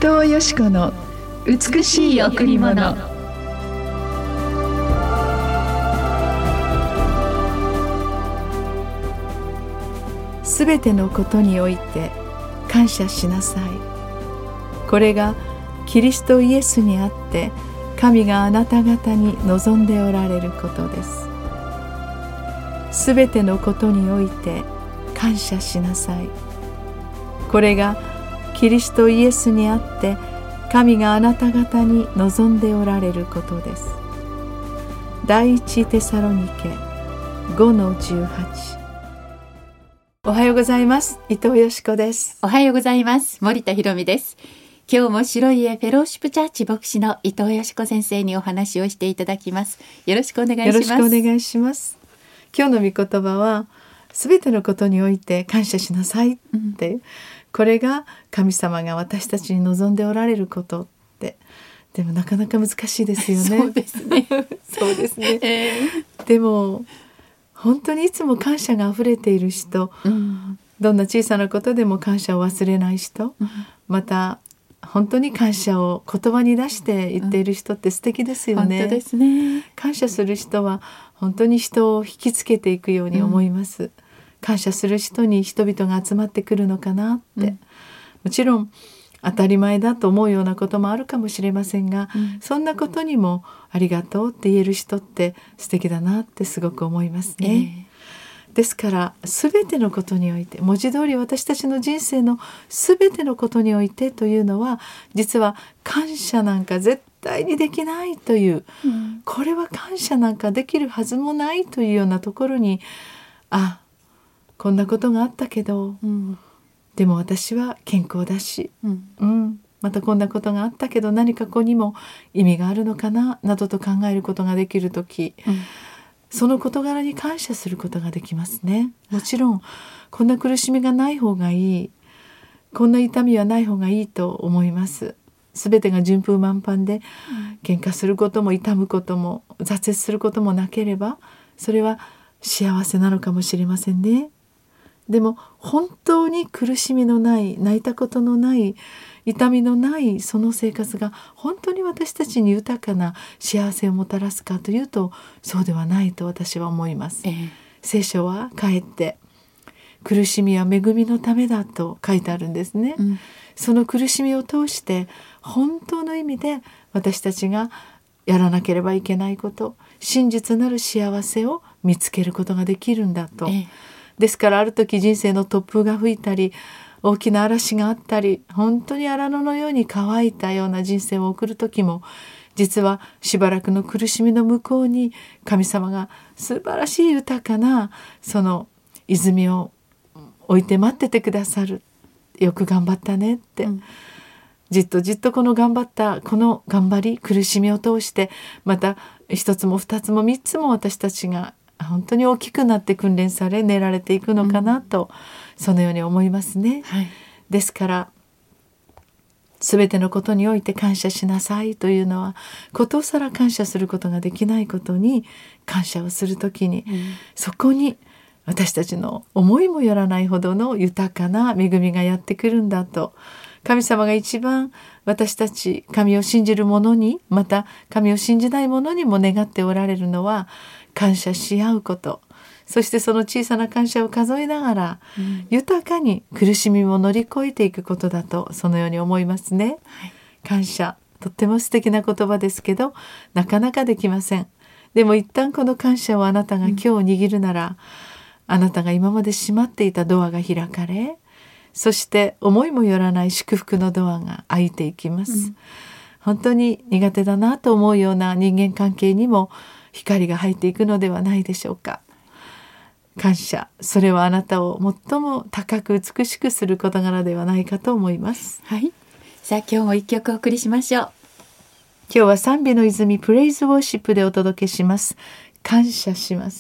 藤よし子の美しい贈り物。すべてのことにおいて感謝しなさい。これがキリストイエスにあって神があなた方に望んでおられることです。すべてのことにおいて感謝しなさい。これがキリストイエスにあって神があなた方に望んでおられることです。第一テサロニケ 5-18。 おはようございます。伊藤よし子です。 おはようございます。森田ひろみです。今日も白い家フェローシップチャーチ牧師の伊藤よし子先生にお話をしていただきます。よろしくお願いします。 よろしくお願いします。今日の御言葉は、すべてのことにおいて感謝しなさいっていう、これが神様が私たちに望んでおられることって。でもなかなか難しいですよね。 そうですねそうですね、でも本当にいつも感謝があふれている人、どんな小さなことでも感謝を忘れない人、また本当に感謝を言葉に出して言っている人って素敵ですよね。 本当ですね。 感謝する人は本当に人を引きつけていくように思います。感謝する人に人々が集まってくるのかなって、もちろん当たり前だと思うようなこともあるかもしれませんが、そんなことにもありがとうって言える人って素敵だなってすごく思いますね。ですから全てのことにおいて、文字通り私たちの人生の全てのことにおいてというのは、実は感謝なんか絶対にできないという、これは感謝なんかできるはずもないというようなところに、こんなことがあったけど、でも私は健康だし、またこんなことがあったけど何かここにも意味があるのかななどと考えることができるとき、その事柄に感謝することができますね。もちろんこんな苦しみがない方がいい、こんな痛みはない方がいいと思います。すべてが順風満帆で、喧嘩することも痛むことも挫折することもなければ、それは幸せなのかもしれませんね。でも本当に苦しみのない、泣いたことのない、痛みのないその生活が本当に私たちに豊かな幸せをもたらすかというと、そうではないと私は思います。聖書はかえって苦しみは恵みのためだと書いてあるんですね。その苦しみを通して本当の意味で私たちがやらなければいけないこと、真実なる幸せを見つけることができるんだと。ですからある時人生の突風が吹いたり、大きな嵐があったり、本当に荒野のように乾いたような人生を送る時も、実はしばらくの苦しみの向こうに神様が素晴らしい豊かなその泉を置いて待っててくださる。よく頑張ったねって、じっとじっとこの頑張ったこの頑張り、苦しみを通して、また一つも二つも三つも私たちが本当に大きくなって訓練され練られていくのかなと、そのように思いますね。ですから全てのことにおいて感謝しなさいというのは、ことさら感謝することができないことに感謝をするときに、そこに私たちの思いもよらないほどの豊かな恵みがやってくるんだと、神様が一番私たち神を信じる者に、また神を信じない者にも願っておられるのは、感謝し合うこと、そしてその小さな感謝を数えながら、豊かに苦しみも乗り越えていくことだと、そのように思いますね。感謝、とっても素敵な言葉ですけど、なかなかできません。でも一旦この感謝をあなたが今日握るなら、あなたが今まで閉まっていたドアが開かれ、そして思いもよらない祝福のドアが開いていきます。本当に苦手だなと思うような人間関係にも光が入っていくのではないでしょうか。感謝、それはあなたを最も高く美しくする事柄ではないかと思います。 さあ今日も一曲お送りしましょう。 今日は賛美の泉プレイズウォーシップでお届けします。感謝します。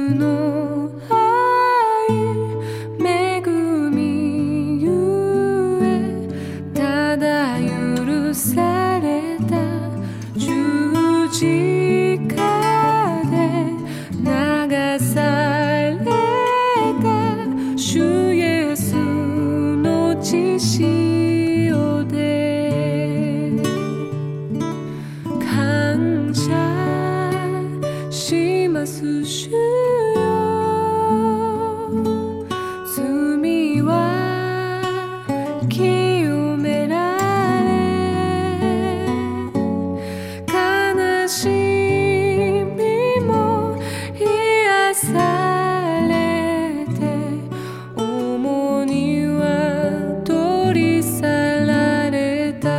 の愛恵みゆえただ許された十字架で流された主イエスの血潮で感謝します主よ。罪は清められ悲しみも癒されて重荷は取り去られた。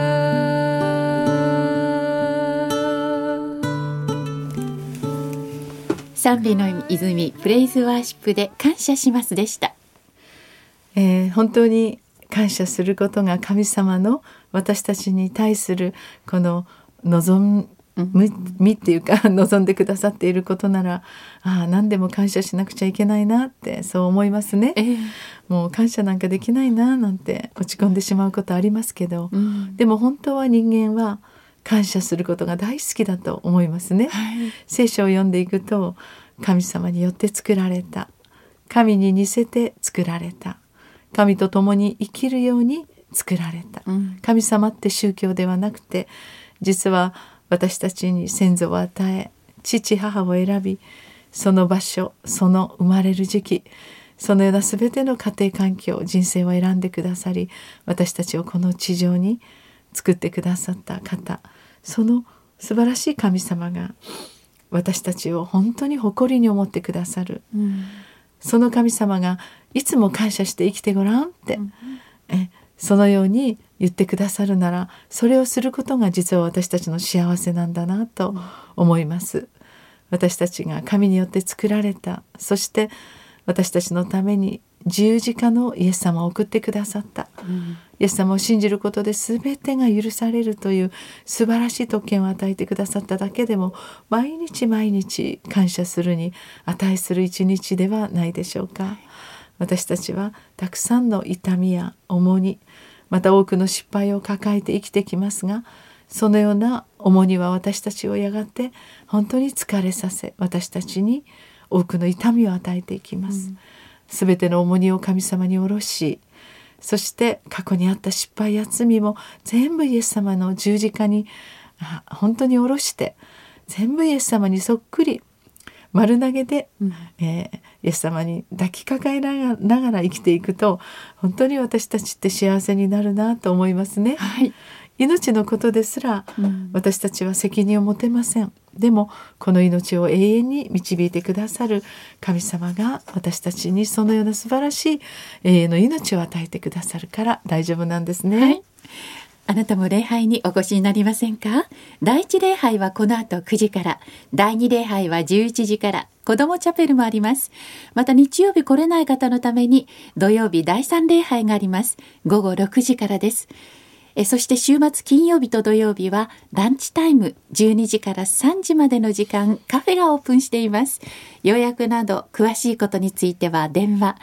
賛美の泉プレイズワーシップで感謝しますでした。 本当に感謝することが神様の私たちに対するこの望みっていうか望んでくださっていることなら何でも感謝しなくちゃいけないなってそう思いますね。もう感謝なんかできないななんて落ち込んでしまうことありますけど、でも本当は人間は感謝することが大好きだと思いますね。聖書を読んでいくと神様によって作られた、神に似せて作られた、神と共に生きるように作られた、神様って宗教ではなくて実は私たちに先祖を与え父母を選びその場所その生まれる時期そのような全ての家庭環境人生を選んでくださり私たちをこの地上に作ってくださった方その素晴らしい神様が私たちを本当に誇りに思ってくださる、その神様がいつも感謝して生きてごらんって、そのように言ってくださるならそれをすることが実は私たちの幸せなんだなと思います。私たちが神によって作られたそして私たちのために十字架のイエス様を送ってくださった、イエス様を信じることで全てが許されるという素晴らしい特権を与えてくださっただけでも毎日毎日感謝するに値する一日ではないでしょうか。私たちはたくさんの痛みや重荷また多くの失敗を抱えて生きてきますがそのような重荷は私たちをやがて本当に疲れさせ私たちに多くの痛みを与えていきます、すべての重荷を神様に下ろしそして過去にあった失敗や罪も全部イエス様の十字架に本当に下ろして全部イエス様にそっくり丸投げで、イエス様に抱きかかえながら生きていくと本当に私たちって幸せになるなと思いますね、命のことですら、私たちは責任を持てません。でもこの命を永遠に導いてくださる神様が私たちにそのような素晴らしい永遠の命を与えてくださるから大丈夫なんですね、 あなたも礼拝にお越しになりませんか？第一礼拝はこの後9時から第二礼拝は11時から子どもチャペルもあります。また日曜日来れない方のために土曜日第三礼拝があります。午後6時からです。そして週末金曜日と土曜日はランチタイム12時から3時までの時間カフェがオープンしています。予約など詳しいことについては電話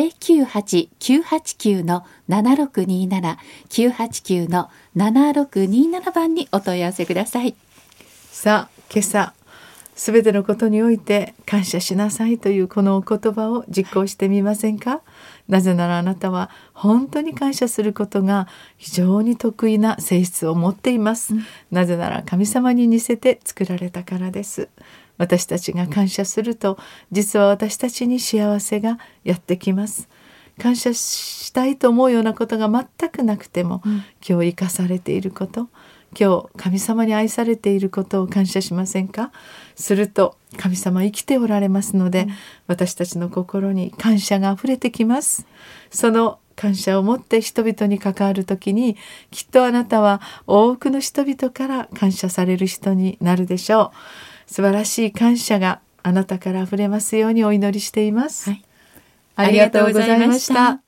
098-989-7627 989-7627 番にお問い合わせください。 さあ今朝すべてのことにおいて感謝しなさいというこのお言葉を実行してみませんか？なぜならあなたは本当に感謝することが非常に得意な性質を持っています、なぜなら神様に似せて作られたからです。私たちが感謝すると実は私たちに幸せがやってきます。感謝したいと思うようなことが全くなくても、今日生かされていること、今日神様に愛されていることを感謝しませんか？すると神様生きておられますので、私たちの心に感謝があふれてきます。その感謝を持って人々に関わるときにきっとあなたは多くの人々から感謝される人になるでしょう。素晴らしい感謝があなたからあふれますようにお祈りしています、ありがとうございました。